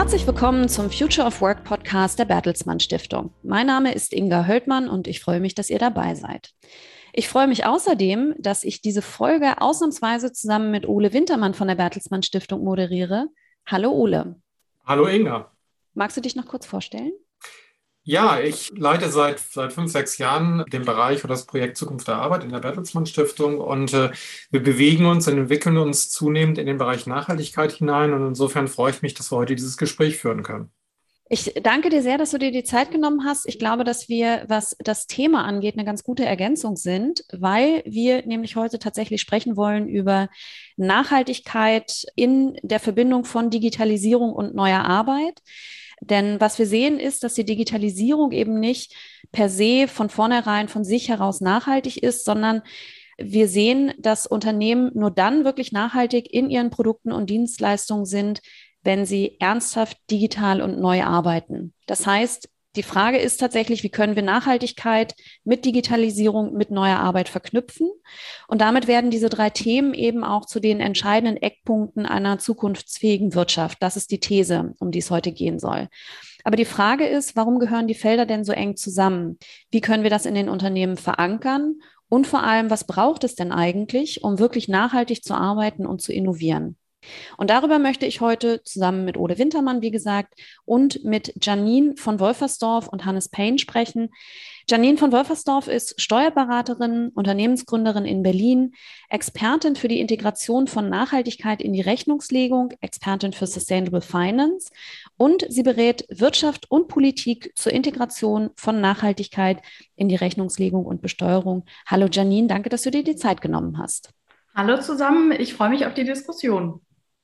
Herzlich willkommen zum Future of Work Podcast der Bertelsmann Stiftung. Mein Name ist Inga Höldmann und ich freue mich, dass ihr dabei seid. Ich freue mich außerdem, dass ich diese Folge ausnahmsweise zusammen mit Ole Wintermann von der Bertelsmann Stiftung moderiere. Hallo Ole. Hallo Inga. Magst du dich noch kurz vorstellen? Ja, ich leite seit 5, 6 Jahren den Bereich oder das Projekt Zukunft der Arbeit in der Bertelsmann Stiftung und wir bewegen uns und entwickeln uns zunehmend in den Bereich Nachhaltigkeit hinein und insofern freue ich mich, dass wir heute dieses Gespräch führen können. Ich danke dir sehr, dass du dir die Zeit genommen hast. Ich glaube, dass wir, was das Thema angeht, eine ganz gute Ergänzung sind, weil wir nämlich heute tatsächlich sprechen wollen über Nachhaltigkeit in der Verbindung von Digitalisierung und neuer Arbeit. Denn was wir sehen ist, dass die Digitalisierung eben nicht per se von vornherein von sich heraus nachhaltig ist, sondern wir sehen, dass Unternehmen nur dann wirklich nachhaltig in ihren Produkten und Dienstleistungen sind, wenn sie ernsthaft digital und neu arbeiten. Das heißt, die Frage ist tatsächlich, wie können wir Nachhaltigkeit mit Digitalisierung, mit neuer Arbeit verknüpfen? Und damit werden diese 3 Themen eben auch zu den entscheidenden Eckpunkten einer zukunftsfähigen Wirtschaft. Das ist die These, um die es heute gehen soll. Aber die Frage ist, warum gehören die Felder denn so eng zusammen? Wie können wir das in den Unternehmen verankern? Und vor allem, was braucht es denn eigentlich, um wirklich nachhaltig zu arbeiten und zu innovieren? Und darüber möchte ich heute zusammen mit Ole Wintermann, wie gesagt, und mit Janine von Wolfersdorf und Hannes Payne sprechen. Janine von Wolfersdorf ist Steuerberaterin, Unternehmensgründerin in Berlin, Expertin für die Integration von Nachhaltigkeit in die Rechnungslegung, Expertin für Sustainable Finance und sie berät Wirtschaft und Politik zur Integration von Nachhaltigkeit in die Rechnungslegung und Besteuerung. Hallo Janine, danke, dass du dir die Zeit genommen hast. Hallo zusammen, ich freue mich auf die Diskussion.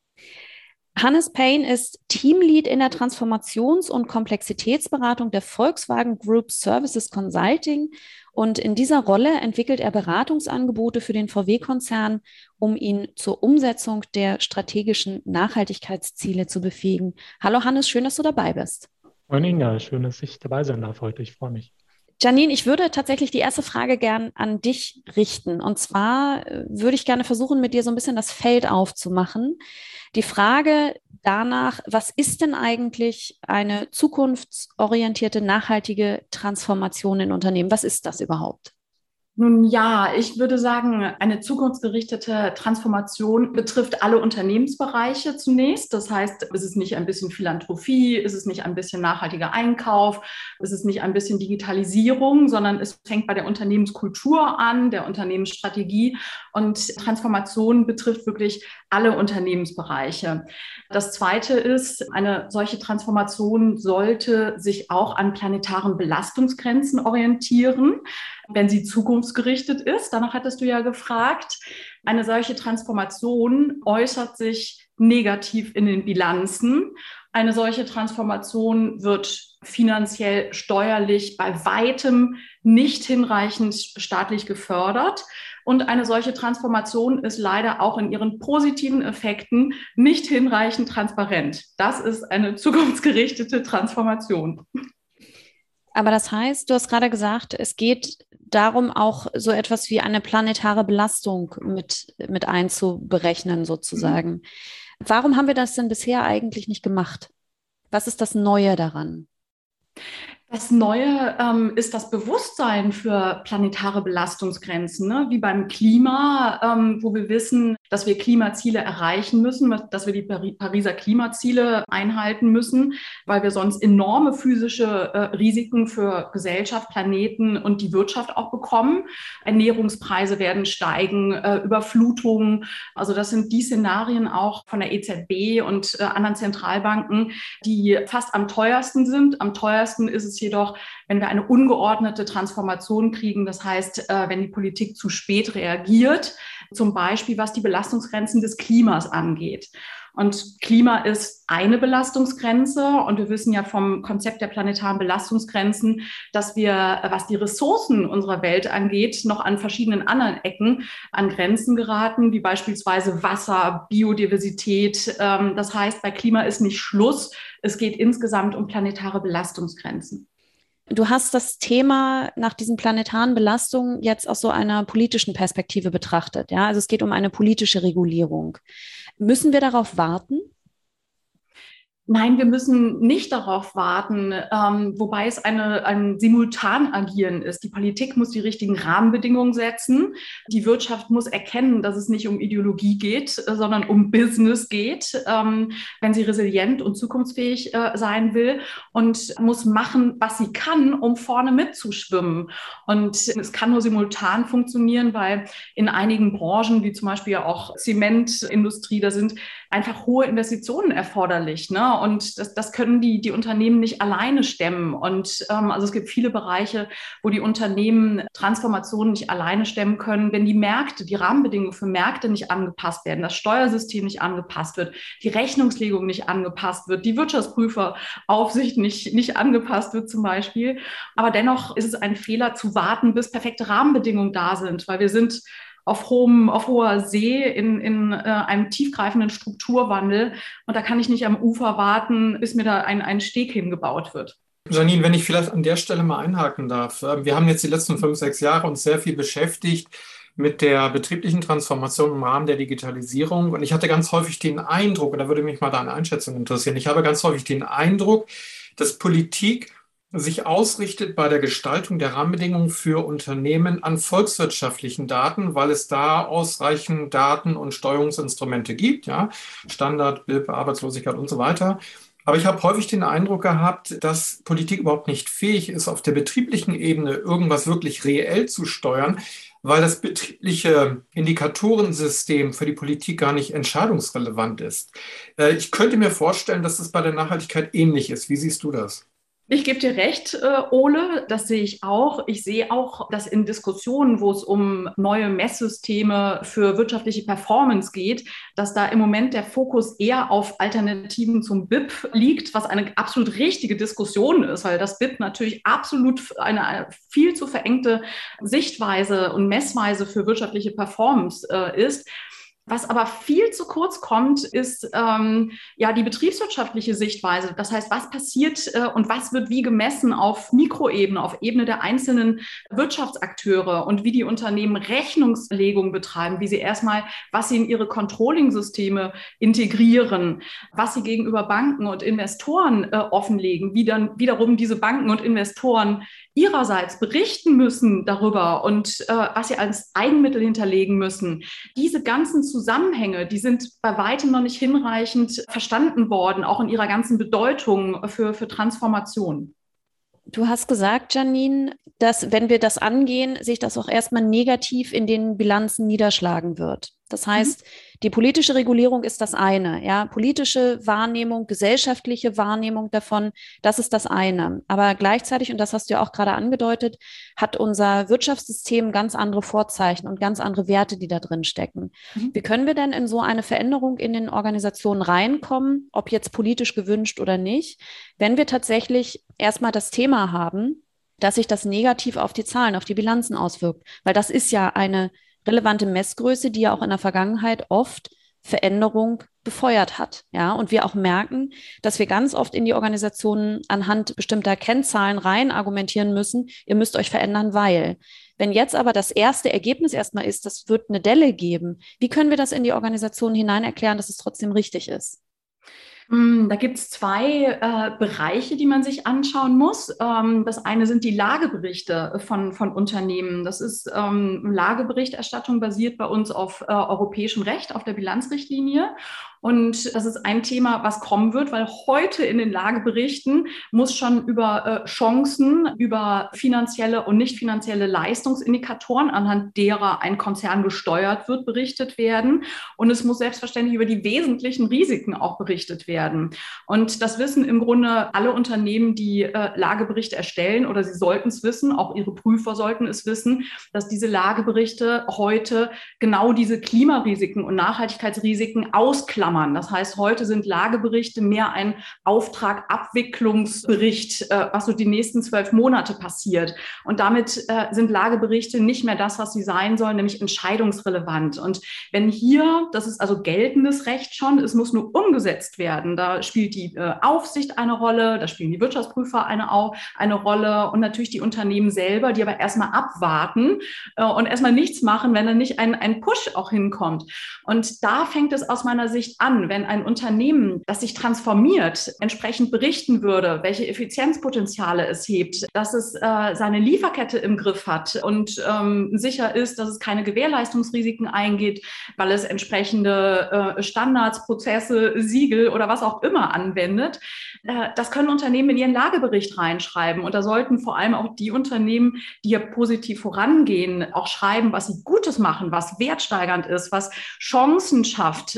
Hannes Payne ist Teamlead in der Transformations- und Komplexitätsberatung der Volkswagen Group Services Consulting und in dieser Rolle entwickelt er Beratungsangebote für den VW-Konzern, um ihn zur Umsetzung der strategischen Nachhaltigkeitsziele zu befähigen. Hallo Hannes, schön, dass du dabei bist. Moin Inga, schön, dass ich dabei sein darf heute. Ich freue mich. Janine, ich würde tatsächlich die erste Frage gern an dich richten. Und zwar würde ich gerne versuchen, mit dir so ein bisschen das Feld aufzumachen. Die Frage danach, was ist denn eigentlich eine zukunftsorientierte, nachhaltige Transformation in Unternehmen? Was ist das überhaupt? Nun ja, ich würde sagen, eine zukunftsgerichtete Transformation betrifft alle Unternehmensbereiche zunächst. Das heißt, ist es nicht ein bisschen Philanthropie, ist es nicht ein bisschen nachhaltiger Einkauf, ist es nicht ein bisschen Digitalisierung, sondern es fängt bei der Unternehmenskultur an, der Unternehmensstrategie und Transformation betrifft wirklich alle Unternehmensbereiche. Das Zweite ist, eine solche Transformation sollte sich auch an planetaren Belastungsgrenzen orientieren, wenn sie zukunftsgerichtet ist. Danach hattest du ja gefragt. Eine solche Transformation äußert sich negativ in den Bilanzen. Eine solche Transformation wird finanziell, steuerlich bei weitem nicht hinreichend staatlich gefördert. Und eine solche Transformation ist leider auch in ihren positiven Effekten nicht hinreichend transparent. Das ist eine zukunftsgerichtete Transformation. Aber das heißt, du hast gerade gesagt, es geht darum, auch so etwas wie eine planetare Belastung mit einzuberechnen, sozusagen. Warum haben wir das denn bisher eigentlich nicht gemacht? Was ist das Neue daran? Das Neue ist das Bewusstsein für planetare Belastungsgrenzen, ne? Wie beim Klima, wo wir wissen, dass wir Klimaziele erreichen müssen, dass wir die Pariser Klimaziele einhalten müssen, weil wir sonst enorme physische Risiken für Gesellschaft, Planeten und die Wirtschaft auch bekommen. Ernährungspreise werden steigen, Überflutungen. Also das sind die Szenarien auch von der EZB und anderen Zentralbanken, die fast am teuersten sind. Am teuersten ist es jedoch, wenn wir eine ungeordnete Transformation kriegen, das heißt, wenn die Politik zu spät reagiert, zum Beispiel was die Belastungsgrenzen des Klimas angeht. Und Klima ist eine Belastungsgrenze und wir wissen ja vom Konzept der planetaren Belastungsgrenzen, dass wir, was die Ressourcen unserer Welt angeht, noch an verschiedenen anderen Ecken an Grenzen geraten, wie beispielsweise Wasser, Biodiversität. Das heißt, bei Klima ist nicht Schluss. Es geht insgesamt um planetare Belastungsgrenzen. Du hast das Thema nach diesen planetaren Belastungen jetzt aus so einer politischen Perspektive betrachtet. Ja, also es geht um eine politische Regulierung. Müssen wir darauf warten? Nein, wir müssen nicht darauf warten, wobei es ein Simultanagieren ist. Die Politik muss die richtigen Rahmenbedingungen setzen. Die Wirtschaft muss erkennen, dass es nicht um Ideologie geht, sondern um Business geht, wenn sie resilient und zukunftsfähig sein will, und muss machen, was sie kann, um vorne mitzuschwimmen. Und es kann nur simultan funktionieren, weil in einigen Branchen, wie zum Beispiel auch Zementindustrie, da sind einfach hohe Investitionen erforderlich, ne? Und das können die Unternehmen nicht alleine stemmen. Und also es gibt viele Bereiche, wo die Unternehmen Transformationen nicht alleine stemmen können, wenn die Märkte, die Rahmenbedingungen für Märkte nicht angepasst werden, das Steuersystem nicht angepasst wird, die Rechnungslegung nicht angepasst wird, die Wirtschaftprüferaufsicht nicht angepasst wird zum Beispiel. Aber dennoch ist es ein Fehler zu warten, bis perfekte Rahmenbedingungen da sind, weil wir sind auf hoher See in einem tiefgreifenden Strukturwandel. Und da kann ich nicht am Ufer warten, bis mir da ein Steg hingebaut wird. Janine, wenn ich vielleicht an der Stelle mal einhaken darf. Wir haben jetzt die letzten 5, 6 Jahre uns sehr viel beschäftigt mit der betrieblichen Transformation im Rahmen der Digitalisierung. Und ich hatte ganz häufig den Eindruck, und da würde mich mal deine Einschätzung interessieren, ich habe ganz häufig den Eindruck, dass Politik sich ausrichtet bei der Gestaltung der Rahmenbedingungen für Unternehmen an volkswirtschaftlichen Daten, weil es da ausreichend Daten und Steuerungsinstrumente gibt, ja, Standard, BIP, Arbeitslosigkeit und so weiter. Aber ich habe häufig den Eindruck gehabt, dass Politik überhaupt nicht fähig ist, auf der betrieblichen Ebene irgendwas wirklich reell zu steuern, weil das betriebliche Indikatorensystem für die Politik gar nicht entscheidungsrelevant ist. Ich könnte mir vorstellen, dass es bei der Nachhaltigkeit ähnlich ist. Wie siehst du das? Ich gebe dir recht, Ole, das sehe ich auch. Ich sehe auch, dass in Diskussionen, wo es um neue Messsysteme für wirtschaftliche Performance geht, dass da im Moment der Fokus eher auf Alternativen zum BIP liegt, was eine absolut richtige Diskussion ist, weil das BIP natürlich absolut eine viel zu verengte Sichtweise und Messweise für wirtschaftliche Performance ist. Was aber viel zu kurz kommt, ist ja die betriebswirtschaftliche Sichtweise. Das heißt, was passiert und was wird wie gemessen auf Mikroebene, auf Ebene der einzelnen Wirtschaftsakteure, und wie die Unternehmen Rechnungslegung betreiben, wie sie erstmal, was sie in ihre Controlling-Systeme integrieren, was sie gegenüber Banken und Investoren offenlegen, wie dann wiederum diese Banken und Investoren ihrerseits berichten müssen darüber und was sie als Eigenmittel hinterlegen müssen. Diese ganzen Zusammenhänge, die sind bei weitem noch nicht hinreichend verstanden worden, auch in ihrer ganzen Bedeutung für Transformation. Du hast gesagt, Janine, dass wenn wir das angehen, sich das auch erstmal negativ in den Bilanzen niederschlagen wird. Das heißt, die politische Regulierung ist das eine, ja, politische Wahrnehmung, gesellschaftliche Wahrnehmung davon, das ist das eine. Aber gleichzeitig, und das hast du ja auch gerade angedeutet, hat unser Wirtschaftssystem ganz andere Vorzeichen und ganz andere Werte, die da drin stecken. Wie können wir denn in so eine Veränderung in den Organisationen reinkommen, ob jetzt politisch gewünscht oder nicht, wenn wir tatsächlich erstmal das Thema haben, dass sich das negativ auf die Zahlen, auf die Bilanzen auswirkt? Weil das ist ja eine relevante Messgröße, die ja auch in der Vergangenheit oft Veränderung befeuert hat. Ja, und wir auch merken, dass wir ganz oft in die Organisationen anhand bestimmter Kennzahlen rein argumentieren müssen, ihr müsst euch verändern, weil. Wenn jetzt aber das erste Ergebnis erstmal ist, das wird eine Delle geben, wie können wir das in die Organisation hinein erklären, dass es trotzdem richtig ist? Da gibt es zwei Bereiche, die man sich anschauen muss. Das eine sind die Lageberichte von Unternehmen. Das ist Lageberichterstattung basiert bei uns auf europäischem Recht, auf der Bilanzrichtlinie. Und das ist ein Thema, was kommen wird, weil heute in den Lageberichten muss schon über Chancen, über finanzielle und nicht finanzielle Leistungsindikatoren, anhand derer ein Konzern gesteuert wird, berichtet werden. Und es muss selbstverständlich über die wesentlichen Risiken auch berichtet werden. Und das wissen im Grunde alle Unternehmen, die Lageberichte erstellen, oder sie sollten es wissen, auch ihre Prüfer sollten es wissen, dass diese Lageberichte heute genau diese Klimarisiken und Nachhaltigkeitsrisiken ausklammern. Das heißt, heute sind Lageberichte mehr ein Auftragabwicklungsbericht, was so die nächsten 12 Monate passiert. Und damit sind Lageberichte nicht mehr das, was sie sein sollen, nämlich entscheidungsrelevant. Und wenn hier, das ist also geltendes Recht schon, es muss nur umgesetzt werden, werden. Da spielt die Aufsicht eine Rolle, da spielen die Wirtschaftsprüfer eine Rolle und natürlich die Unternehmen selber, die aber erstmal abwarten und erstmal nichts machen, wenn dann nicht ein Push auch hinkommt. Und da fängt es aus meiner Sicht an, wenn ein Unternehmen, das sich transformiert, entsprechend berichten würde, welche Effizienzpotenziale es hebt, dass es seine Lieferkette im Griff hat und sicher ist, dass es keine Gewährleistungsrisiken eingeht, weil es entsprechende Standards, Prozesse, Siegel oder was auch immer anwendet. Das können Unternehmen in ihren Lagebericht reinschreiben. Und da sollten vor allem auch die Unternehmen, die hier positiv vorangehen, auch schreiben, was sie Gutes machen, was wertsteigernd ist, was Chancen schafft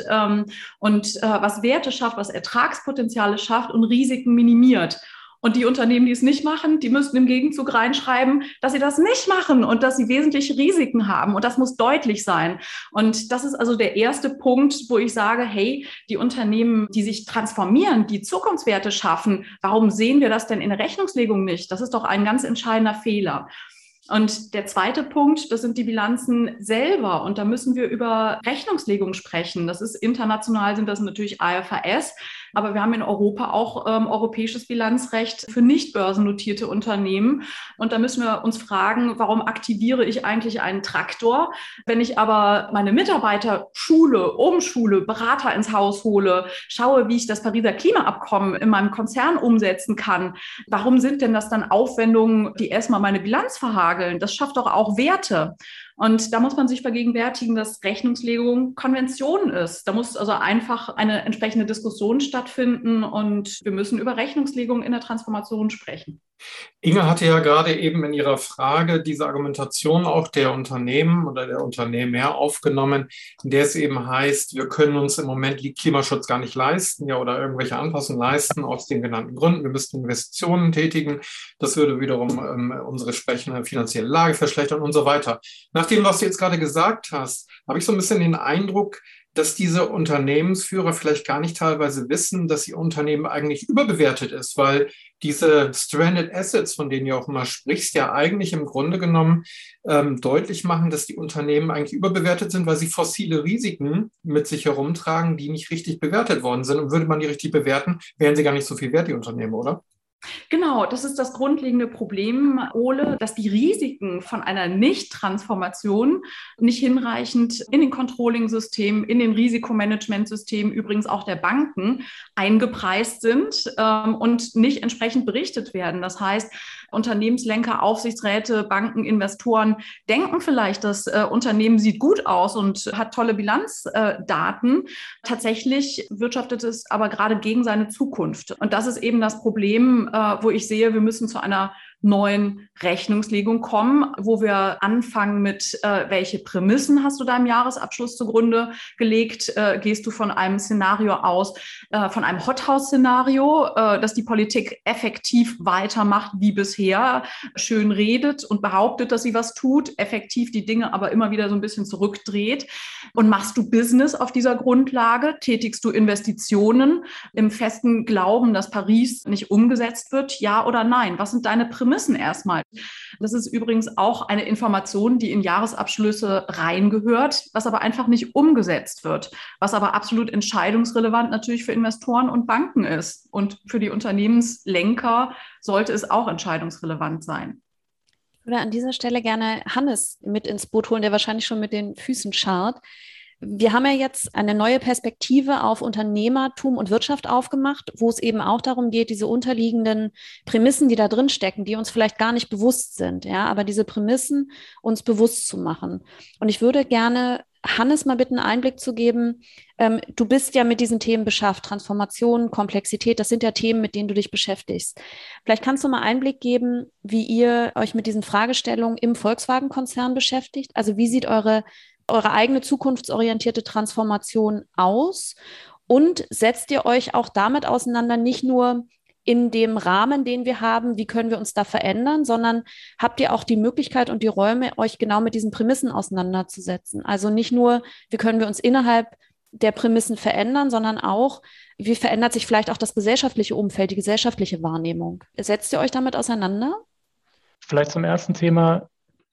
und was Werte schafft, was Ertragspotenziale schafft und Risiken minimiert. Und die Unternehmen, die es nicht machen, die müssten im Gegenzug reinschreiben, dass sie das nicht machen und dass sie wesentliche Risiken haben. Und das muss deutlich sein. Und das ist also der erste Punkt, wo ich sage, hey, die Unternehmen, die sich transformieren, die Zukunftswerte schaffen, warum sehen wir das denn in der Rechnungslegung nicht? Das ist doch ein ganz entscheidender Fehler. Und der zweite Punkt, das sind die Bilanzen selber. Und da müssen wir über Rechnungslegung sprechen. Das ist international, sind das natürlich IFRS. Aber wir haben in Europa auch europäisches Bilanzrecht für nicht börsennotierte Unternehmen. Und da müssen wir uns fragen, warum aktiviere ich eigentlich einen Traktor, wenn ich aber meine Mitarbeiter schule, umschule, Berater ins Haus hole, schaue, wie ich das Pariser Klimaabkommen in meinem Konzern umsetzen kann. Warum sind denn das dann Aufwendungen, die erstmal meine Bilanz verhageln? Das schafft doch auch Werte. Und da muss man sich vergegenwärtigen, dass Rechnungslegung Konvention ist. Da muss also einfach eine entsprechende Diskussion stattfinden und wir müssen über Rechnungslegung in der Transformation sprechen. Inge hatte ja gerade eben in ihrer Frage diese Argumentation auch der Unternehmen oder der Unternehmer aufgenommen, in der es eben heißt, wir können uns im Moment Klimaschutz gar nicht leisten, ja, oder irgendwelche Anpassungen leisten aus den genannten Gründen. Wir müssten Investitionen tätigen. Das würde wiederum unsere entsprechende finanzielle Lage verschlechtern und so weiter. Nach dem, was du jetzt gerade gesagt hast, habe ich so ein bisschen den Eindruck, dass diese Unternehmensführer vielleicht gar nicht teilweise wissen, dass ihr Unternehmen eigentlich überbewertet ist, weil diese Stranded Assets, von denen du auch immer sprichst, ja eigentlich im Grunde genommen deutlich machen, dass die Unternehmen eigentlich überbewertet sind, weil sie fossile Risiken mit sich herumtragen, die nicht richtig bewertet worden sind. Und würde man die richtig bewerten, wären sie gar nicht so viel wert, die Unternehmen, oder? Genau, das ist das grundlegende Problem, Ole, dass die Risiken von einer Nicht-Transformation nicht hinreichend in den Controlling-Systemen, in den Risikomanagementsystemen, übrigens auch der Banken, eingepreist sind und nicht entsprechend berichtet werden. Das heißt, Unternehmenslenker, Aufsichtsräte, Banken, Investoren denken vielleicht, das Unternehmen sieht gut aus und hat tolle Bilanzdaten. Tatsächlich wirtschaftet es aber gerade gegen seine Zukunft. Und das ist eben das Problem, wo ich sehe, wir müssen zu einer neuen Rechnungslegung kommen, wo wir anfangen mit, welche Prämissen hast du deinem Jahresabschluss zugrunde gelegt? Gehst du von einem Szenario aus, von einem Hothouse-Szenario, dass die Politik effektiv weitermacht wie bisher, schön redet und behauptet, dass sie was tut, effektiv die Dinge aber immer wieder so ein bisschen zurückdreht? Und machst du Business auf dieser Grundlage? Tätigst du Investitionen im festen Glauben, dass Paris nicht umgesetzt wird? Ja oder nein? Was sind deine Prämissen erstmal? Das ist übrigens auch eine Information, die in Jahresabschlüsse reingehört, was aber einfach nicht umgesetzt wird, was aber absolut entscheidungsrelevant natürlich für Investoren und Banken ist. Und für die Unternehmenslenker sollte es auch entscheidungsrelevant sein. Ich würde an dieser Stelle gerne Hannes mit ins Boot holen, der wahrscheinlich schon mit den Füßen scharrt. Wir haben ja jetzt eine neue Perspektive auf Unternehmertum und Wirtschaft aufgemacht, wo es eben auch darum geht, diese unterliegenden Prämissen, die da drin stecken, die uns vielleicht gar nicht bewusst sind, ja, aber diese Prämissen uns bewusst zu machen. Und ich würde gerne Hannes mal bitten, einen Einblick zu geben. Du bist ja mit diesen Themen beschäftigt, Transformation, Komplexität, das sind ja Themen, mit denen du dich beschäftigst. Vielleicht kannst du mal Einblick geben, wie ihr euch mit diesen Fragestellungen im Volkswagen-Konzern beschäftigt. Also wie sieht eure eigene zukunftsorientierte Transformation aus und setzt ihr euch auch damit auseinander, nicht nur in dem Rahmen, den wir haben, wie können wir uns da verändern, sondern habt ihr auch die Möglichkeit und die Räume, euch genau mit diesen Prämissen auseinanderzusetzen? Also nicht nur, wie können wir uns innerhalb der Prämissen verändern, sondern auch, wie verändert sich vielleicht auch das gesellschaftliche Umfeld, die gesellschaftliche Wahrnehmung? Setzt ihr euch damit auseinander? Vielleicht zum ersten Thema.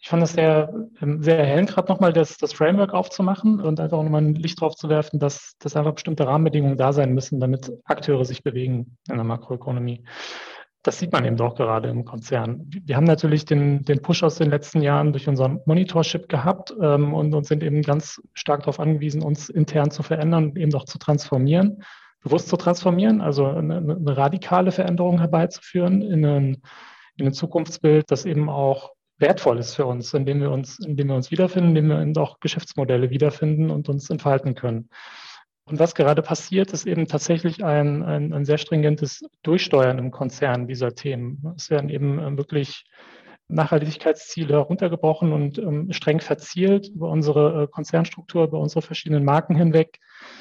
Ich fand es sehr, sehr erhellend, gerade nochmal das Framework aufzumachen und einfach auch nochmal ein Licht drauf zu werfen, dass einfach bestimmte Rahmenbedingungen da sein müssen, damit Akteure sich bewegen in der Makroökonomie. Das sieht man eben doch gerade im Konzern. Wir haben natürlich den Push aus den letzten Jahren durch unseren Monitorship gehabt und sind eben ganz stark darauf angewiesen, uns intern zu verändern, eben auch zu transformieren, bewusst zu transformieren, also eine radikale Veränderung herbeizuführen in ein Zukunftsbild, das eben auch wertvoll ist für uns, in dem wir uns wiederfinden, in dem wir eben auch Geschäftsmodelle wiederfinden und uns entfalten können. Und was gerade passiert, ist eben tatsächlich ein sehr stringentes Durchsteuern im Konzern dieser Themen. Es werden eben wirklich Nachhaltigkeitsziele heruntergebrochen und streng verzielt über unsere Konzernstruktur, über unsere verschiedenen Marken hinweg.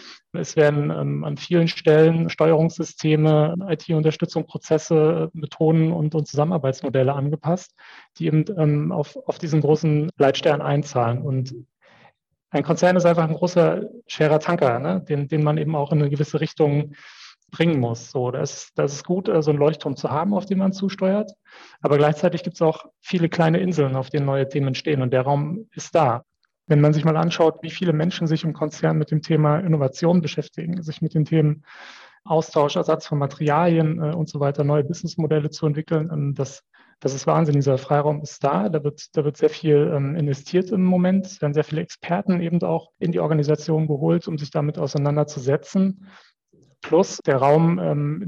Es werden an vielen Stellen Steuerungssysteme, IT-Unterstützung, Prozesse, Methoden und Zusammenarbeitsmodelle angepasst, die eben auf diesen großen Leitstern einzahlen. Und ein Konzern ist einfach ein großer, schwerer Tanker, ne? den man eben auch in eine gewisse Richtung bringen muss. So, das ist gut, so einen Leuchtturm zu haben, auf den man zusteuert. Aber gleichzeitig gibt es auch viele kleine Inseln, auf denen neue Themen entstehen. Und der Raum ist da. Wenn man sich mal anschaut, wie viele Menschen sich im Konzern mit dem Thema Innovation beschäftigen, sich mit den Themen Austausch, Ersatz von Materialien und so weiter, neue Businessmodelle zu entwickeln, das ist Wahnsinn. Dieser Freiraum ist da. Da wird sehr viel investiert im Moment. Es werden sehr viele Experten eben auch in die Organisation geholt, um sich damit auseinanderzusetzen. Plus der Raum,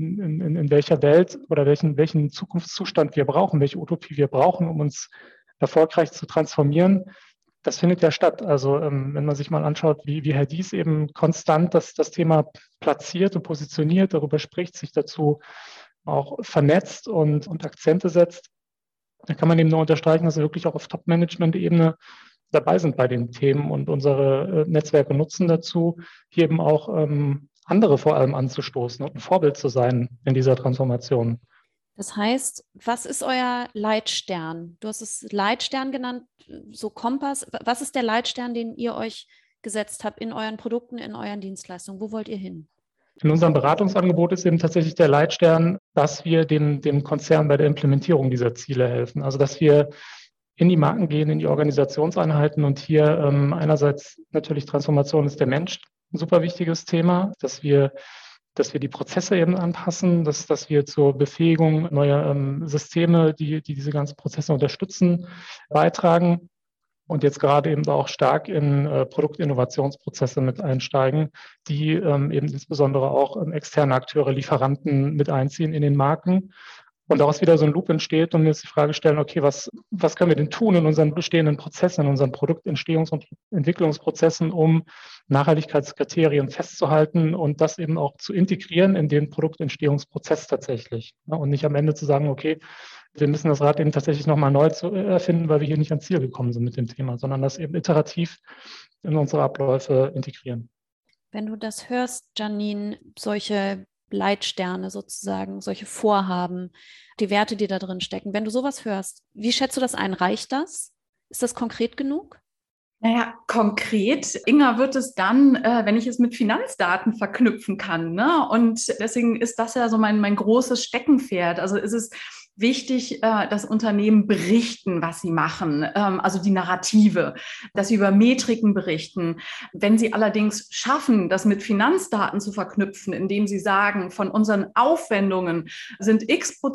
in welcher Welt oder welchen Zukunftszustand wir brauchen, welche Utopie wir brauchen, um uns erfolgreich zu transformieren. Das findet ja statt. Also wenn man sich mal anschaut, wie Herr Diess eben konstant das Thema platziert und positioniert, darüber spricht, sich dazu auch vernetzt und Akzente setzt, dann kann man eben nur unterstreichen, dass wir wirklich auch auf Top-Management-Ebene dabei sind bei den Themen und unsere Netzwerke nutzen dazu, hier eben auch andere vor allem anzustoßen und ein Vorbild zu sein in dieser Transformation. Das heißt, was ist euer Leitstern? Du hast es Leitstern genannt, so Kompass. Was ist der Leitstern, den ihr euch gesetzt habt in euren Produkten, in euren Dienstleistungen? Wo wollt ihr hin? In unserem Beratungsangebot ist eben tatsächlich der Leitstern, dass wir dem Konzern bei der Implementierung dieser Ziele helfen. Also dass wir in die Marken gehen, in die Organisationseinheiten und hier einerseits natürlich Transformation ist der Mensch ein super wichtiges Thema, dass wir die Prozesse eben anpassen, dass wir zur Befähigung neuer Systeme, die diese ganzen Prozesse unterstützen, beitragen und jetzt gerade eben auch stark in Produktinnovationsprozesse mit einsteigen, die eben insbesondere auch externe Akteure, Lieferanten mit einziehen in den Marken. Und daraus wieder so ein Loop entsteht und wir uns die Frage stellen, okay, was können wir denn tun in unseren bestehenden Prozessen, in unseren Produktentstehungs- und Entwicklungsprozessen, um Nachhaltigkeitskriterien festzuhalten und das eben auch zu integrieren in den Produktentstehungsprozess tatsächlich. Und nicht am Ende zu sagen, okay, wir müssen das Rad eben tatsächlich nochmal neu erfinden, weil wir hier nicht ans Ziel gekommen sind mit dem Thema, sondern das eben iterativ in unsere Abläufe integrieren. Wenn du das hörst, Janine, solche Leitsterne sozusagen, solche Vorhaben, die Werte, die da drin stecken. Wenn du sowas hörst, wie schätzt du das ein? Reicht das? Ist das konkret genug? Naja, konkret, Inga, wird es dann, wenn ich es mit Finanzdaten verknüpfen kann, ne? Und deswegen ist das ja so mein großes Steckenpferd. Also ist es wichtig, dass Unternehmen berichten, was sie machen, also die Narrative, dass sie über Metriken berichten. Wenn sie allerdings schaffen, das mit Finanzdaten zu verknüpfen, indem sie sagen, von unseren Aufwendungen sind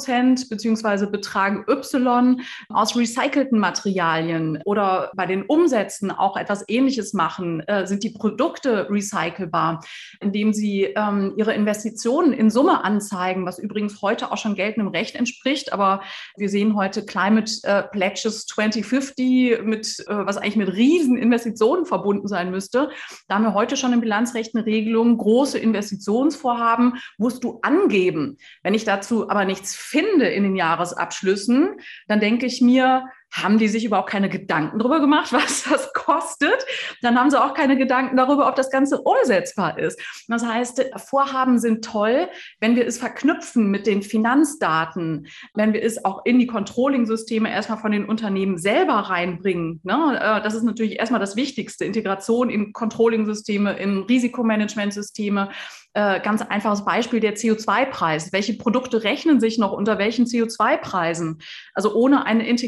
X% beziehungsweise betragen Y aus recycelten Materialien oder bei den Umsätzen auch etwas Ähnliches machen, sind die Produkte recycelbar, indem sie ihre Investitionen in Summe anzeigen, was übrigens heute auch schon geltendem Recht entspricht. Aber wir sehen heute Climate Pledges 2050, was eigentlich mit riesen Investitionen verbunden sein müsste. Da haben wir heute schon in bilanzrechtlichen Regelungen große Investitionsvorhaben, musst du angeben. Wenn ich dazu aber nichts finde in den Jahresabschlüssen, dann denke ich mir, haben die sich überhaupt keine Gedanken darüber gemacht, was das kostet? Dann haben sie auch keine Gedanken darüber, ob das Ganze umsetzbar ist. Das heißt, Vorhaben sind toll, wenn wir es verknüpfen mit den Finanzdaten, wenn wir es auch in die Controlling-Systeme erstmal von den Unternehmen selber reinbringen. Ne? Das ist natürlich erstmal das Wichtigste, Integration in Controlling-Systeme, in Risikomanagementsysteme. Ganz einfaches Beispiel, der CO2-Preis. Welche Produkte rechnen sich noch unter welchen CO2-Preisen? Also ohne eine Integration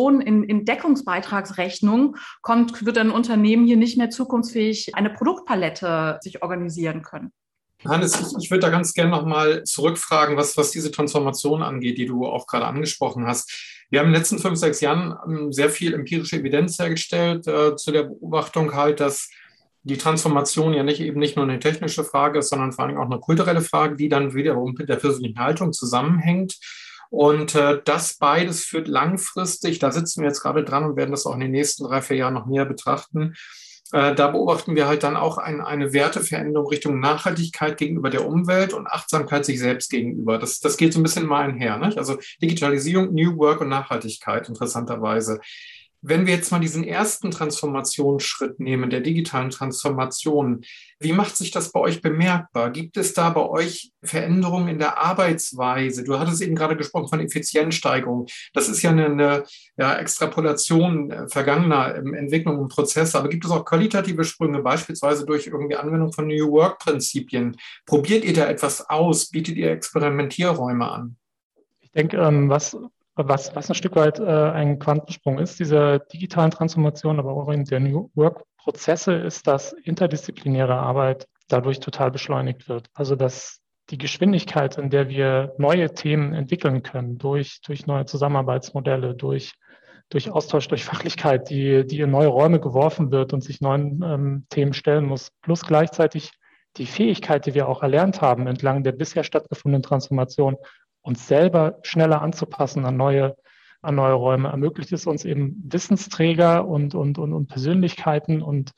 Investitionen in Deckungsbeitragsrechnung wird ein Unternehmen hier nicht mehr zukunftsfähig eine Produktpalette sich organisieren können. Hannes, ich würde da ganz gerne nochmal zurückfragen, was diese Transformation angeht, die du auch gerade angesprochen hast. Wir haben in den letzten 5, 6 Jahren sehr viel empirische Evidenz hergestellt zu der Beobachtung halt, dass die Transformation ja eben nicht nur eine technische Frage ist, sondern vor allem auch eine kulturelle Frage, die dann wiederum mit der persönlichen Haltung zusammenhängt. Und das beides führt langfristig, da sitzen wir jetzt gerade dran und werden das auch in den nächsten 3, 4 Jahren noch näher betrachten. Da beobachten wir halt dann auch eine Werteveränderung Richtung Nachhaltigkeit gegenüber der Umwelt und Achtsamkeit sich selbst gegenüber. Das geht so ein bisschen mal einher, nicht? Also Digitalisierung, New Work und Nachhaltigkeit, interessanterweise. Wenn wir jetzt mal diesen ersten Transformationsschritt nehmen, der digitalen Transformation, wie macht sich das bei euch bemerkbar? Gibt es da bei euch Veränderungen in der Arbeitsweise? Du hattest eben gerade gesprochen von Effizienzsteigerung. Das ist ja eine Extrapolation vergangener Entwicklungen und Prozesse. Aber gibt es auch qualitative Sprünge, beispielsweise durch irgendwie Anwendung von New Work-Prinzipien? Probiert ihr da etwas aus? Bietet ihr Experimentierräume an? Ich denke, was ein Stück weit ein Quantensprung ist, dieser digitalen Transformation, aber auch in der New Work-Prozesse, ist, dass interdisziplinäre Arbeit dadurch total beschleunigt wird. Also dass die Geschwindigkeit, in der wir neue Themen entwickeln können, durch neue Zusammenarbeitsmodelle, durch Austausch, durch Fachlichkeit, die in neue Räume geworfen wird und sich neuen Themen stellen muss, plus gleichzeitig die Fähigkeit, die wir auch erlernt haben entlang der bisher stattgefundenen Transformation, uns selber schneller anzupassen an neue Räume, ermöglicht es uns eben Wissensträger und Persönlichkeiten und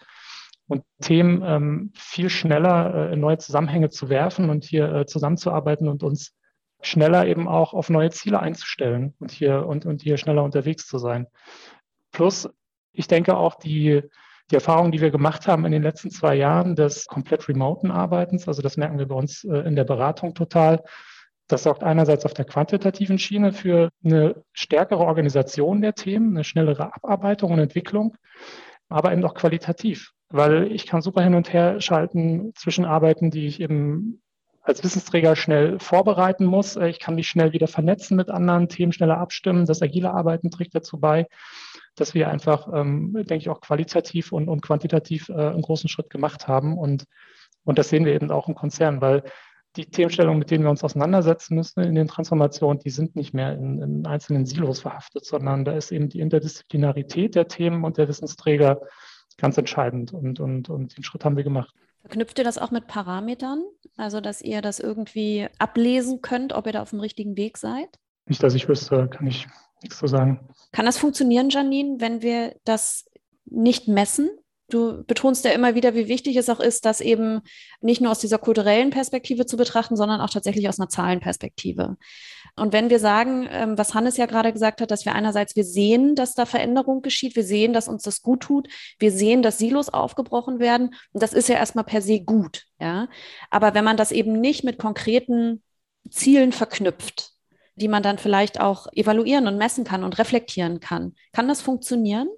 Themen viel schneller in neue Zusammenhänge zu werfen und hier zusammenzuarbeiten und uns schneller eben auch auf neue Ziele einzustellen und hier schneller unterwegs zu sein. Plus, ich denke auch die Erfahrung, die wir gemacht haben in den letzten 2 Jahren des komplett remoten Arbeitens, also das merken wir bei uns in der Beratung total. Das sorgt einerseits auf der quantitativen Schiene für eine stärkere Organisation der Themen, eine schnellere Abarbeitung und Entwicklung, aber eben auch qualitativ, weil ich kann super hin und her schalten zwischen Arbeiten, die ich eben als Wissensträger schnell vorbereiten muss. Ich kann mich schnell wieder vernetzen mit anderen Themen, schneller abstimmen. Das agile Arbeiten trägt dazu bei, dass wir einfach, denke ich, auch qualitativ und quantitativ einen großen Schritt gemacht haben. Und das sehen wir eben auch im Konzern, weil die Themenstellungen, mit denen wir uns auseinandersetzen müssen in den Transformationen, die sind nicht mehr in einzelnen Silos verhaftet, sondern da ist eben die Interdisziplinarität der Themen und der Wissensträger ganz entscheidend. Und den Schritt haben wir gemacht. Verknüpft ihr das auch mit Parametern? Also, dass ihr das irgendwie ablesen könnt, ob ihr da auf dem richtigen Weg seid? Nicht, dass ich wüsste, kann ich nichts zu sagen. Kann das funktionieren, Janine, wenn wir das nicht messen? Du betonst ja immer wieder, wie wichtig es auch ist, das eben nicht nur aus dieser kulturellen Perspektive zu betrachten, sondern auch tatsächlich aus einer Zahlenperspektive. Und wenn wir sagen, was Hannes ja gerade gesagt hat, dass wir sehen, dass da Veränderung geschieht, wir sehen, dass uns das gut tut, wir sehen, dass Silos aufgebrochen werden, und das ist ja erstmal per se gut, ja. Aber wenn man das eben nicht mit konkreten Zielen verknüpft, die man dann vielleicht auch evaluieren und messen kann und reflektieren kann das funktionieren?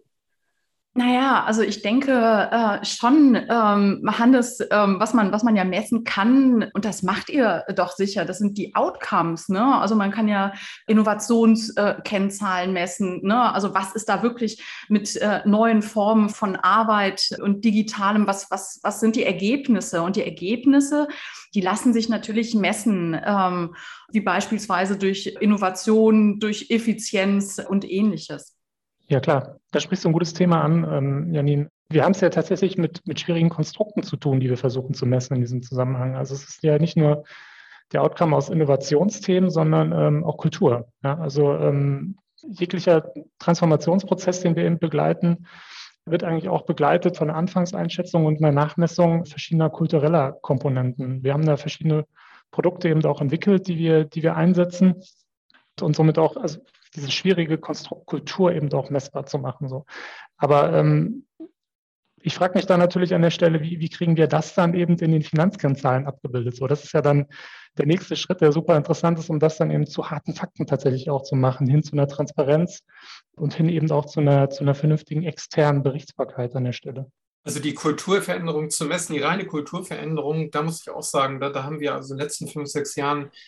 Naja, also ich denke schon, Hannes, was man ja messen kann, und das macht ihr doch sicher, das sind die Outcomes, ne? Also man kann ja Innovationskennzahlen messen, ne? Also was ist da wirklich mit neuen Formen von Arbeit und Digitalem, was sind die Ergebnisse? Und die Ergebnisse, die lassen sich natürlich messen, wie beispielsweise durch Innovation, durch Effizienz und Ähnliches. Ja, klar. Da sprichst du ein gutes Thema an, Janine. Wir haben es ja tatsächlich mit schwierigen Konstrukten zu tun, die wir versuchen zu messen in diesem Zusammenhang. Also es ist ja nicht nur der Outcome aus Innovationsthemen, sondern auch Kultur. Ja? Also jeglicher Transformationsprozess, den wir eben begleiten, wird eigentlich auch begleitet von einer Anfangseinschätzung und einer Nachmessung verschiedener kultureller Komponenten. Wir haben da verschiedene Produkte eben auch entwickelt, die wir einsetzen und somit auch diese schwierige Konstrukt Kultur eben auch messbar zu machen. So. Aber ich frage mich dann natürlich an der Stelle, wie kriegen wir das dann eben in den Finanzkennzahlen abgebildet? So, das ist ja dann der nächste Schritt, der super interessant ist, um das dann eben zu harten Fakten tatsächlich auch zu machen, hin zu einer Transparenz und hin eben auch zu einer vernünftigen externen Berichtsbarkeit an der Stelle. Also die Kulturveränderung zu messen, die reine Kulturveränderung, da muss ich auch sagen, da haben wir also in den letzten 5, 6 Jahren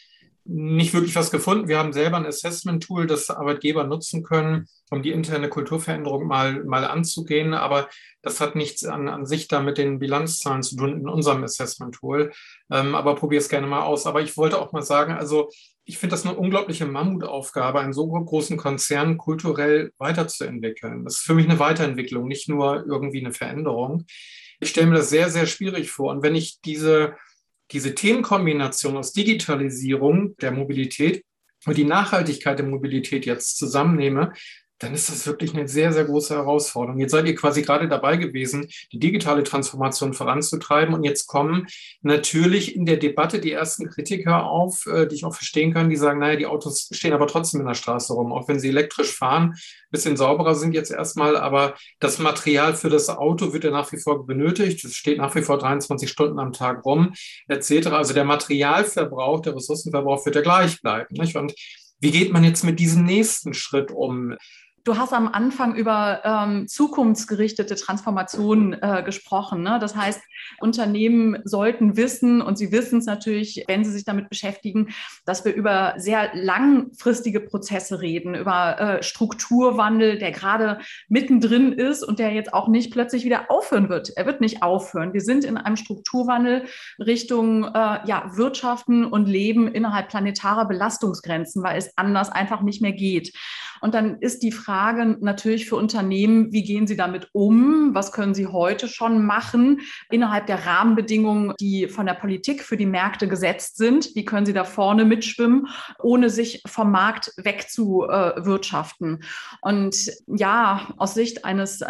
nicht wirklich was gefunden. Wir haben selber ein Assessment-Tool, das Arbeitgeber nutzen können, um die interne Kulturveränderung mal anzugehen. Aber das hat nichts an sich da mit den Bilanzzahlen zu tun in unserem Assessment-Tool. Aber probier es gerne mal aus. Aber ich wollte auch mal sagen, also ich finde das eine unglaubliche Mammutaufgabe, einen so großen Konzern kulturell weiterzuentwickeln. Das ist für mich eine Weiterentwicklung, nicht nur irgendwie eine Veränderung. Ich stelle mir das sehr, sehr schwierig vor. Und wenn ich diese Themenkombination aus Digitalisierung der Mobilität und die Nachhaltigkeit der Mobilität jetzt zusammennehme, dann ist das wirklich eine sehr, sehr große Herausforderung. Jetzt seid ihr quasi gerade dabei gewesen, die digitale Transformation voranzutreiben. Und jetzt kommen natürlich in der Debatte die ersten Kritiker auf, die ich auch verstehen kann, die sagen, naja, die Autos stehen aber trotzdem in der Straße rum, auch wenn sie elektrisch fahren, ein bisschen sauberer sind jetzt erstmal. Aber das Material für das Auto wird ja nach wie vor benötigt. Es steht nach wie vor 23 Stunden am Tag rum, etc. Also der Materialverbrauch, der Ressourcenverbrauch wird ja gleich bleiben, nicht? Und wie geht man jetzt mit diesem nächsten Schritt um? Du hast am Anfang über zukunftsgerichtete Transformationen gesprochen, ne? Das heißt, Unternehmen sollten wissen, und sie wissen es natürlich, wenn sie sich damit beschäftigen, dass wir über sehr langfristige Prozesse reden, über Strukturwandel, der gerade mittendrin ist und der jetzt auch nicht plötzlich wieder aufhören wird. Er wird nicht aufhören. Wir sind in einem Strukturwandel Richtung Wirtschaften und Leben innerhalb planetarer Belastungsgrenzen, weil es anders einfach nicht mehr geht. Und dann ist die Frage natürlich für Unternehmen, wie gehen sie damit um? Was können sie heute schon machen innerhalb der Rahmenbedingungen, die von der Politik für die Märkte gesetzt sind? Wie können sie da vorne mitschwimmen, ohne sich vom Markt wegzuwirtschaften? Und ja, aus Sicht eines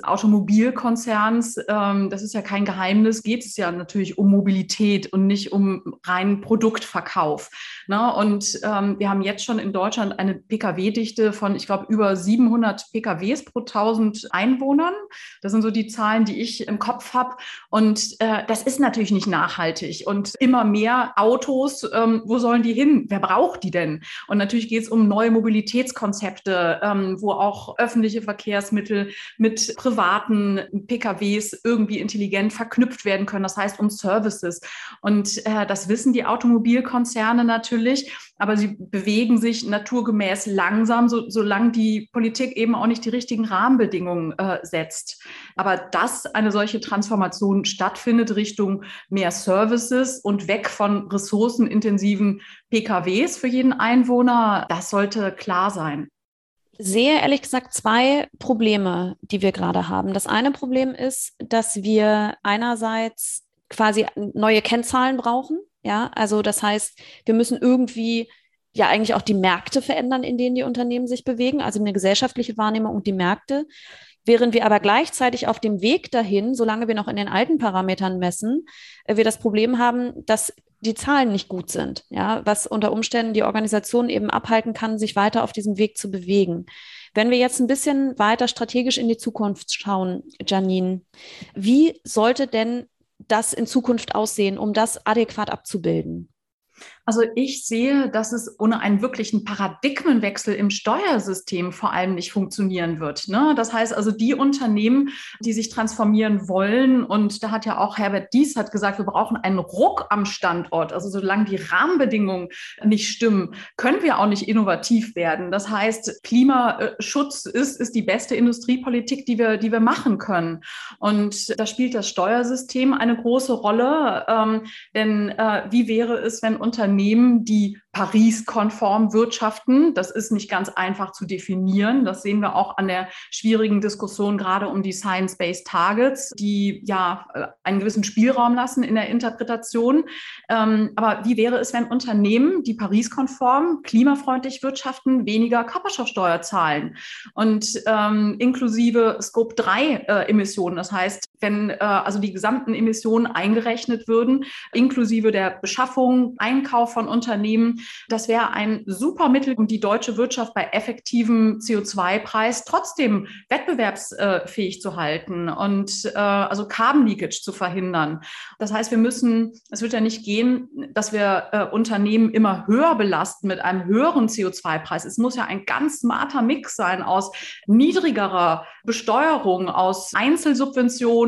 Automobilkonzerns, das ist ja kein Geheimnis, geht es ja natürlich um Mobilität und nicht um reinen Produktverkauf. Ne? Und wir haben jetzt schon in Deutschland eine Pkw-Dichte von, ich glaube, über 700 PKWs pro 1000 Einwohnern. Das sind so die Zahlen, die ich im Kopf habe. Und das ist natürlich nicht nachhaltig. Und immer mehr Autos, wo sollen die hin? Wer braucht die denn? Und natürlich geht es um neue Mobilitätskonzepte, wo auch öffentliche Verkehrsmittel mit privaten PKWs irgendwie intelligent verknüpft werden können. Das heißt um Services. Und das wissen die Automobilkonzerne natürlich. Aber sie bewegen sich naturgemäß langsam, solange die Politik eben auch nicht die richtigen Rahmenbedingungen setzt. Aber dass eine solche Transformation stattfindet Richtung mehr Services und weg von ressourcenintensiven PKWs für jeden Einwohner, das sollte klar sein. Sehe ehrlich gesagt zwei Probleme, die wir gerade haben. Das eine Problem ist, dass wir einerseits quasi neue Kennzahlen brauchen. Ja, also das heißt, wir müssen irgendwie ja eigentlich auch die Märkte verändern, in denen die Unternehmen sich bewegen, also eine gesellschaftliche Wahrnehmung und die Märkte. Während wir aber gleichzeitig auf dem Weg dahin, solange wir noch in den alten Parametern messen, wir das Problem haben, dass die Zahlen nicht gut sind, ja, was unter Umständen die Organisation eben abhalten kann, sich weiter auf diesem Weg zu bewegen. Wenn wir jetzt ein bisschen weiter strategisch in die Zukunft schauen, Janine, wie sollte denn das in Zukunft aussehen, um das adäquat abzubilden? Also ich sehe, dass es ohne einen wirklichen Paradigmenwechsel im Steuersystem vor allem nicht funktionieren wird. Ne? Das heißt also, die Unternehmen, die sich transformieren wollen, und da hat ja auch Herbert Diess hat gesagt, wir brauchen einen Ruck am Standort. Also solange die Rahmenbedingungen nicht stimmen, können wir auch nicht innovativ werden. Das heißt, Klimaschutz ist die beste Industriepolitik, die wir machen können. Und da spielt das Steuersystem eine große Rolle. Denn wie wäre es, wenn Unternehmen, die Paris-konform wirtschaften. Das ist nicht ganz einfach zu definieren. Das sehen wir auch an der schwierigen Diskussion gerade um die Science-Based Targets, die ja einen gewissen Spielraum lassen in der Interpretation. Aber wie wäre es, wenn Unternehmen, die Paris-konform, klimafreundlich wirtschaften, weniger Körperschaftssteuer zahlen und inklusive Scope 3 Emissionen? Das heißt, wenn also die gesamten Emissionen eingerechnet würden, inklusive der Beschaffung, Einkauf von Unternehmen, das wäre ein super Mittel, um die deutsche Wirtschaft bei effektivem CO2-Preis trotzdem wettbewerbsfähig zu halten und also Carbon Leakage zu verhindern. Das heißt, es wird ja nicht gehen, dass wir Unternehmen immer höher belasten mit einem höheren CO2-Preis. Es muss ja ein ganz smarter Mix sein aus niedrigerer Besteuerung, aus Einzelsubventionen,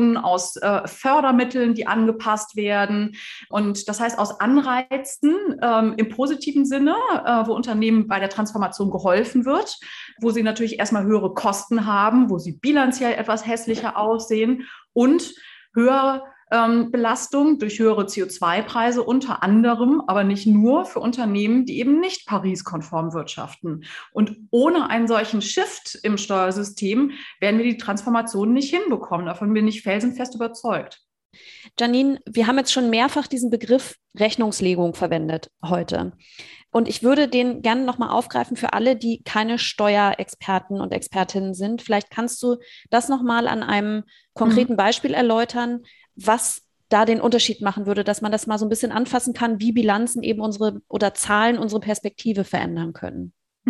Subventionen, aus Fördermitteln, die angepasst werden. Und das heißt aus Anreizen im positiven Sinne, wo Unternehmen bei der Transformation geholfen wird, wo sie natürlich erstmal höhere Kosten haben, wo sie bilanziell etwas hässlicher aussehen und höhere Belastung durch höhere CO2-Preise unter anderem, aber nicht nur für Unternehmen, die eben nicht Paris-konform wirtschaften. Und ohne einen solchen Shift im Steuersystem werden wir die Transformation nicht hinbekommen. Davon bin ich felsenfest überzeugt. Janine, wir haben jetzt schon mehrfach diesen Begriff Rechnungslegung verwendet heute. Und ich würde den gerne nochmal aufgreifen für alle, die keine Steuerexperten und Expertinnen sind. Vielleicht kannst du das nochmal an einem konkreten Beispiel erläutern, was da den Unterschied machen würde, dass man das mal so ein bisschen anfassen kann, wie Bilanzen eben Zahlen unsere Perspektive verändern können.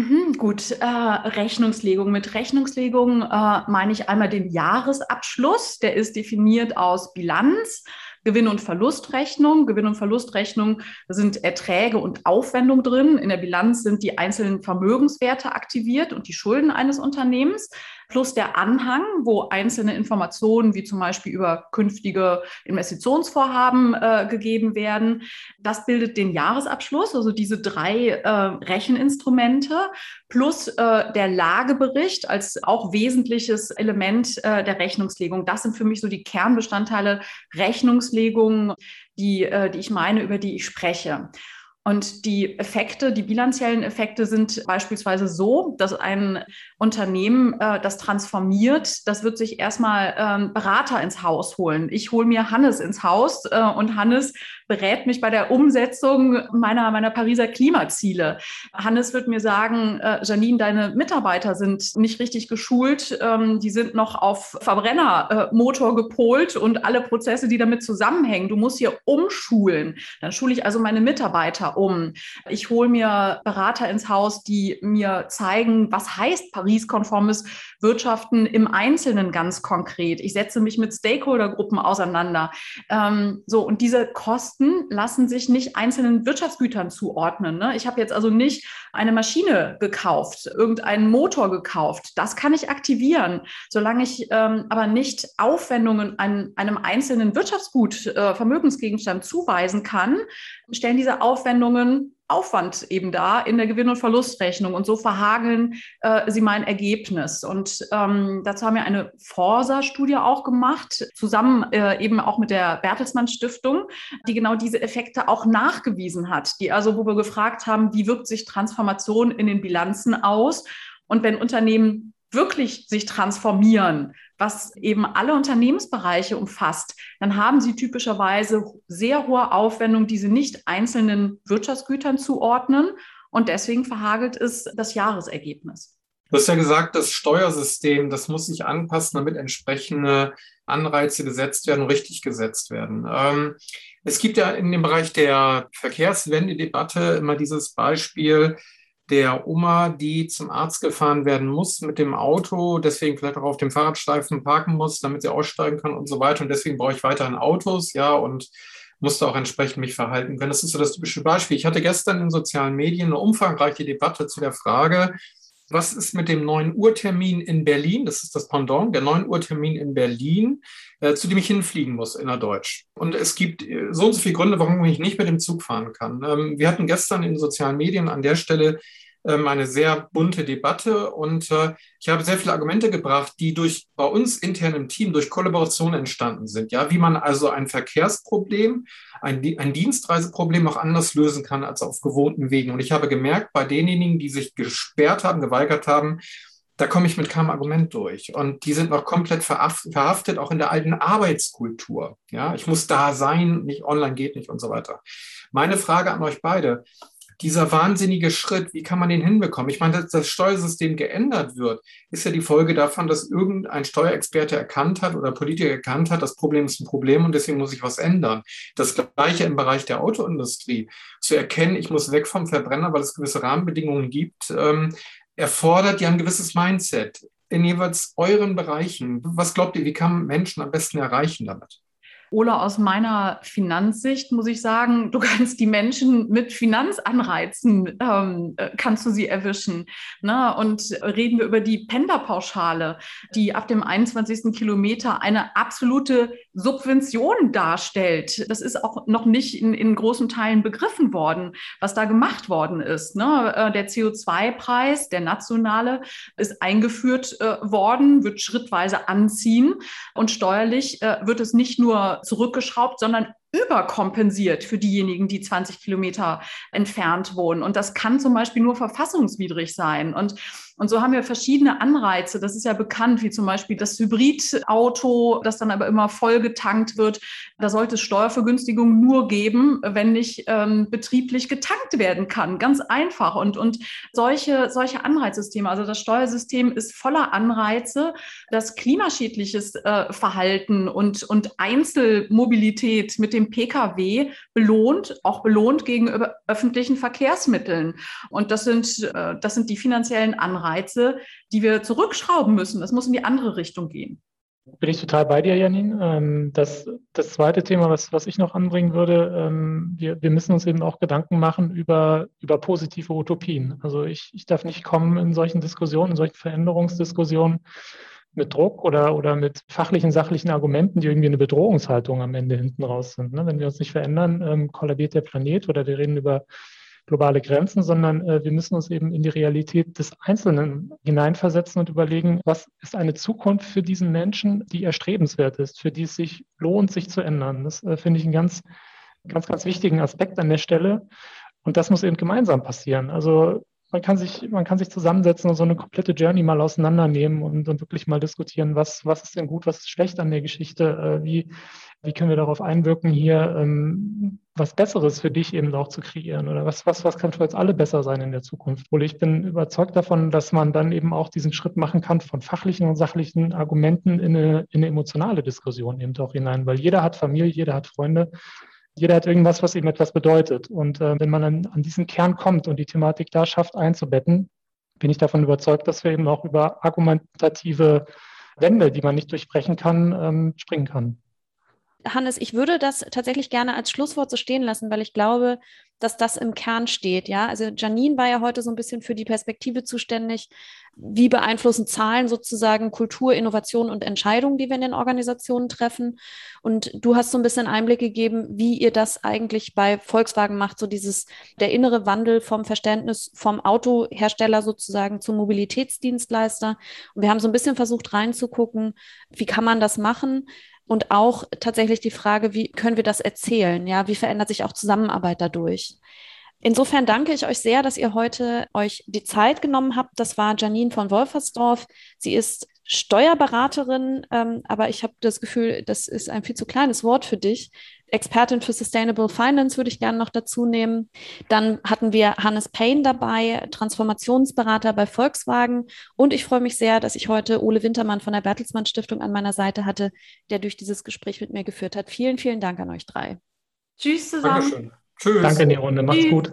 Gut, Rechnungslegung. Mit Rechnungslegung meine ich einmal den Jahresabschluss. Der ist definiert aus Bilanz, Gewinn- und Verlustrechnung. Gewinn- und Verlustrechnung, da sind Erträge und Aufwendungen drin. In der Bilanz sind die einzelnen Vermögenswerte aktiviert und die Schulden eines Unternehmens. Plus der Anhang, wo einzelne Informationen wie zum Beispiel über künftige Investitionsvorhaben gegeben werden. Das bildet den Jahresabschluss, also diese 3 Recheninstrumente, plus der Lagebericht als auch wesentliches Element der Rechnungslegung. Das sind für mich so die Kernbestandteile Rechnungslegung, die ich meine, über die ich spreche. Und die Effekte, die bilanziellen Effekte sind beispielsweise so, dass ein Unternehmen, das transformiert, das wird sich erstmal Berater ins Haus holen. Ich hole mir Hannes ins Haus und Hannes berät mich bei der Umsetzung meiner Pariser Klimaziele. Hannes wird mir sagen, Janine, deine Mitarbeiter sind nicht richtig geschult, die sind noch auf Verbrennermotor gepolt und alle Prozesse, die damit zusammenhängen. Du musst hier umschulen. Dann schule ich also meine Mitarbeiter um. Ich hole mir Berater ins Haus, die mir zeigen, was heißt Paris-konformes Wirtschaften im Einzelnen ganz konkret. Ich setze mich mit Stakeholdergruppen auseinander. Und diese Kosten lassen sich nicht einzelnen Wirtschaftsgütern zuordnen. Ne? Ich habe jetzt also nicht eine Maschine gekauft, irgendeinen Motor gekauft. Das kann ich aktivieren. Solange ich aber nicht Aufwendungen an einem einzelnen Wirtschaftsgut, Vermögensgegenstand zuweisen kann, stellen diese Aufwendungen Aufwand eben da in der Gewinn- und Verlustrechnung und so verhageln sie mein Ergebnis. Und dazu haben wir eine Forsa-Studie auch gemacht, zusammen eben auch mit der Bertelsmann Stiftung, die genau diese Effekte auch nachgewiesen hat, wo wir gefragt haben, wie wirkt sich Transformation in den Bilanzen aus? Und wenn Unternehmen wirklich sich transformieren, was eben alle Unternehmensbereiche umfasst, dann haben sie typischerweise sehr hohe Aufwendungen, die sie nicht einzelnen Wirtschaftsgütern zuordnen. Und deswegen verhagelt es das Jahresergebnis. Du hast ja gesagt, das Steuersystem, das muss sich anpassen, damit entsprechende Anreize gesetzt werden, richtig gesetzt werden. Es gibt ja in dem Bereich der Verkehrswende-Debatte immer dieses Beispiel der Oma, die zum Arzt gefahren werden muss mit dem Auto, deswegen vielleicht auch auf dem Fahrradstreifen parken muss, damit sie aussteigen kann und so weiter. Und deswegen brauche ich weiterhin Autos, ja, und musste auch entsprechend mich verhalten können. Das ist so das typische Beispiel. Ich hatte gestern in sozialen Medien eine umfangreiche Debatte zu der Frage, was ist mit dem 9-Uhr-Termin in Berlin? Das ist das Pendant, der 9-Uhr-Termin in Berlin, zu dem ich hinfliegen muss, innerdeutsch. Und es gibt so und so viele Gründe, warum ich nicht mit dem Zug fahren kann. Wir hatten gestern in sozialen Medien an der Stelle eine sehr bunte Debatte und ich habe sehr viele Argumente gebracht, die bei uns intern im Team durch Kollaboration entstanden sind. Ja, wie man also ein Verkehrsproblem, ein Dienstreiseproblem auch anders lösen kann als auf gewohnten Wegen. Und ich habe gemerkt, bei denjenigen, die sich gesperrt haben, geweigert haben, da komme ich mit keinem Argument durch. Und die sind noch komplett verhaftet, auch in der alten Arbeitskultur. Ja, ich muss da sein, nicht online geht nicht und so weiter. Meine Frage an euch beide: Dieser wahnsinnige Schritt, wie kann man den hinbekommen? Ich meine, dass das Steuersystem geändert wird, ist ja die Folge davon, dass irgendein Steuerexperte erkannt hat oder Politiker erkannt hat, das Problem ist ein Problem und deswegen muss ich was ändern. Das Gleiche im Bereich der Autoindustrie. Zu erkennen, ich muss weg vom Verbrenner, weil es gewisse Rahmenbedingungen gibt, erfordert ja ein gewisses Mindset in jeweils euren Bereichen. Was glaubt ihr, wie kann man Menschen am besten erreichen damit? Ole, aus meiner Finanzsicht muss ich sagen, du kannst die Menschen mit Finanzanreizen, kannst du sie erwischen. Ne? Und reden wir über die Pendlerpauschale, die ab dem 21. Kilometer eine absolute Subvention darstellt. Das ist auch noch nicht in großen Teilen begriffen worden, was da gemacht worden ist. Ne? Der CO2-Preis, der nationale, ist eingeführt worden, wird schrittweise anziehen und steuerlich wird es nicht nur zurückgeschraubt, sondern überkompensiert für diejenigen, die 20 Kilometer entfernt wohnen. Und das kann zum Beispiel nur verfassungswidrig sein. Und so haben wir verschiedene Anreize. Das ist ja bekannt, wie zum Beispiel das Hybridauto, das dann aber immer voll getankt wird. Da sollte es Steuervergünstigung nur geben, wenn nicht betrieblich getankt werden kann. Ganz einfach. Und solche Anreizsysteme, also das Steuersystem ist voller Anreize, das klimaschädliches Verhalten und Einzelmobilität mit dem Pkw belohnt gegenüber öffentlichen Verkehrsmitteln. Und das sind die finanziellen Anreize, die wir zurückschrauben müssen. Das muss in die andere Richtung gehen. Bin ich total bei dir, Janine. Das zweite Thema, was ich noch anbringen würde, wir müssen uns eben auch Gedanken machen über positive Utopien. Also ich darf nicht kommen in solchen Diskussionen, in solchen Veränderungsdiskussionen mit Druck oder mit fachlichen, sachlichen Argumenten, die irgendwie eine Bedrohungshaltung am Ende hinten raus sind. Ne? Wenn wir uns nicht verändern, kollabiert der Planet, oder wir reden über globale Grenzen, sondern wir müssen uns eben in die Realität des Einzelnen hineinversetzen und überlegen, was ist eine Zukunft für diesen Menschen, die erstrebenswert ist, für die es sich lohnt, sich zu ändern. Das finde ich einen ganz, ganz, ganz wichtigen Aspekt an der Stelle. Und das muss eben gemeinsam passieren. Also man kann sich zusammensetzen und so eine komplette Journey mal auseinandernehmen und wirklich mal diskutieren, was ist denn gut, was ist schlecht an der Geschichte, wie können wir darauf einwirken, hier was Besseres für dich eben auch zu kreieren, oder was kann für uns alle besser sein in der Zukunft. Und ich bin überzeugt davon, dass man dann eben auch diesen Schritt machen kann von fachlichen und sachlichen Argumenten in eine emotionale Diskussion eben auch hinein, weil jeder hat Familie, jeder hat Freunde. Jeder hat irgendwas, was ihm etwas bedeutet. Und wenn man an diesen Kern kommt und die Thematik da schafft einzubetten, bin ich davon überzeugt, dass wir eben auch über argumentative Wände, die man nicht durchbrechen kann, springen kann. Hannes, ich würde das tatsächlich gerne als Schlusswort so stehen lassen, weil ich glaube, dass das im Kern steht. Ja, also Janine war ja heute so ein bisschen für die Perspektive zuständig. Wie beeinflussen Zahlen sozusagen Kultur, Innovation und Entscheidungen, die wir in den Organisationen treffen? Und du hast so ein bisschen Einblick gegeben, wie ihr das eigentlich bei Volkswagen macht, so der innere Wandel vom Verständnis vom Autohersteller sozusagen zum Mobilitätsdienstleister. Und wir haben so ein bisschen versucht reinzugucken, wie kann man das machen? Und auch tatsächlich die Frage, wie können wir das erzählen? Ja, wie verändert sich auch Zusammenarbeit dadurch? Insofern danke ich euch sehr, dass ihr heute euch die Zeit genommen habt. Das war Janine von Wolfersdorf. Sie ist Steuerberaterin, aber ich habe das Gefühl, das ist ein viel zu kleines Wort für dich. Expertin für Sustainable Finance würde ich gerne noch dazu nehmen. Dann hatten wir Hannes Payne dabei, Transformationsberater bei Volkswagen. Und ich freue mich sehr, dass ich heute Ole Wintermann von der Bertelsmann Stiftung an meiner Seite hatte, der durch dieses Gespräch mit mir geführt hat. Vielen, vielen Dank an euch drei. Tschüss zusammen. Dankeschön. Tschüss. Danke in die Runde. Macht's gut.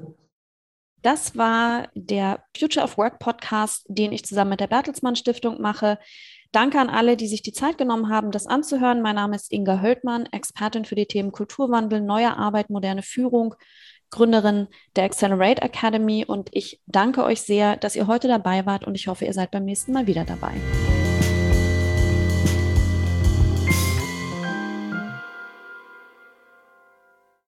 Das war der Future of Work Podcast, den ich zusammen mit der Bertelsmann Stiftung mache. Danke an alle, die sich die Zeit genommen haben, das anzuhören. Mein Name ist Inga Höldmann, Expertin für die Themen Kulturwandel, neue Arbeit, moderne Führung, Gründerin der Accelerate Academy. Und ich danke euch sehr, dass ihr heute dabei wart, und ich hoffe, ihr seid beim nächsten Mal wieder dabei.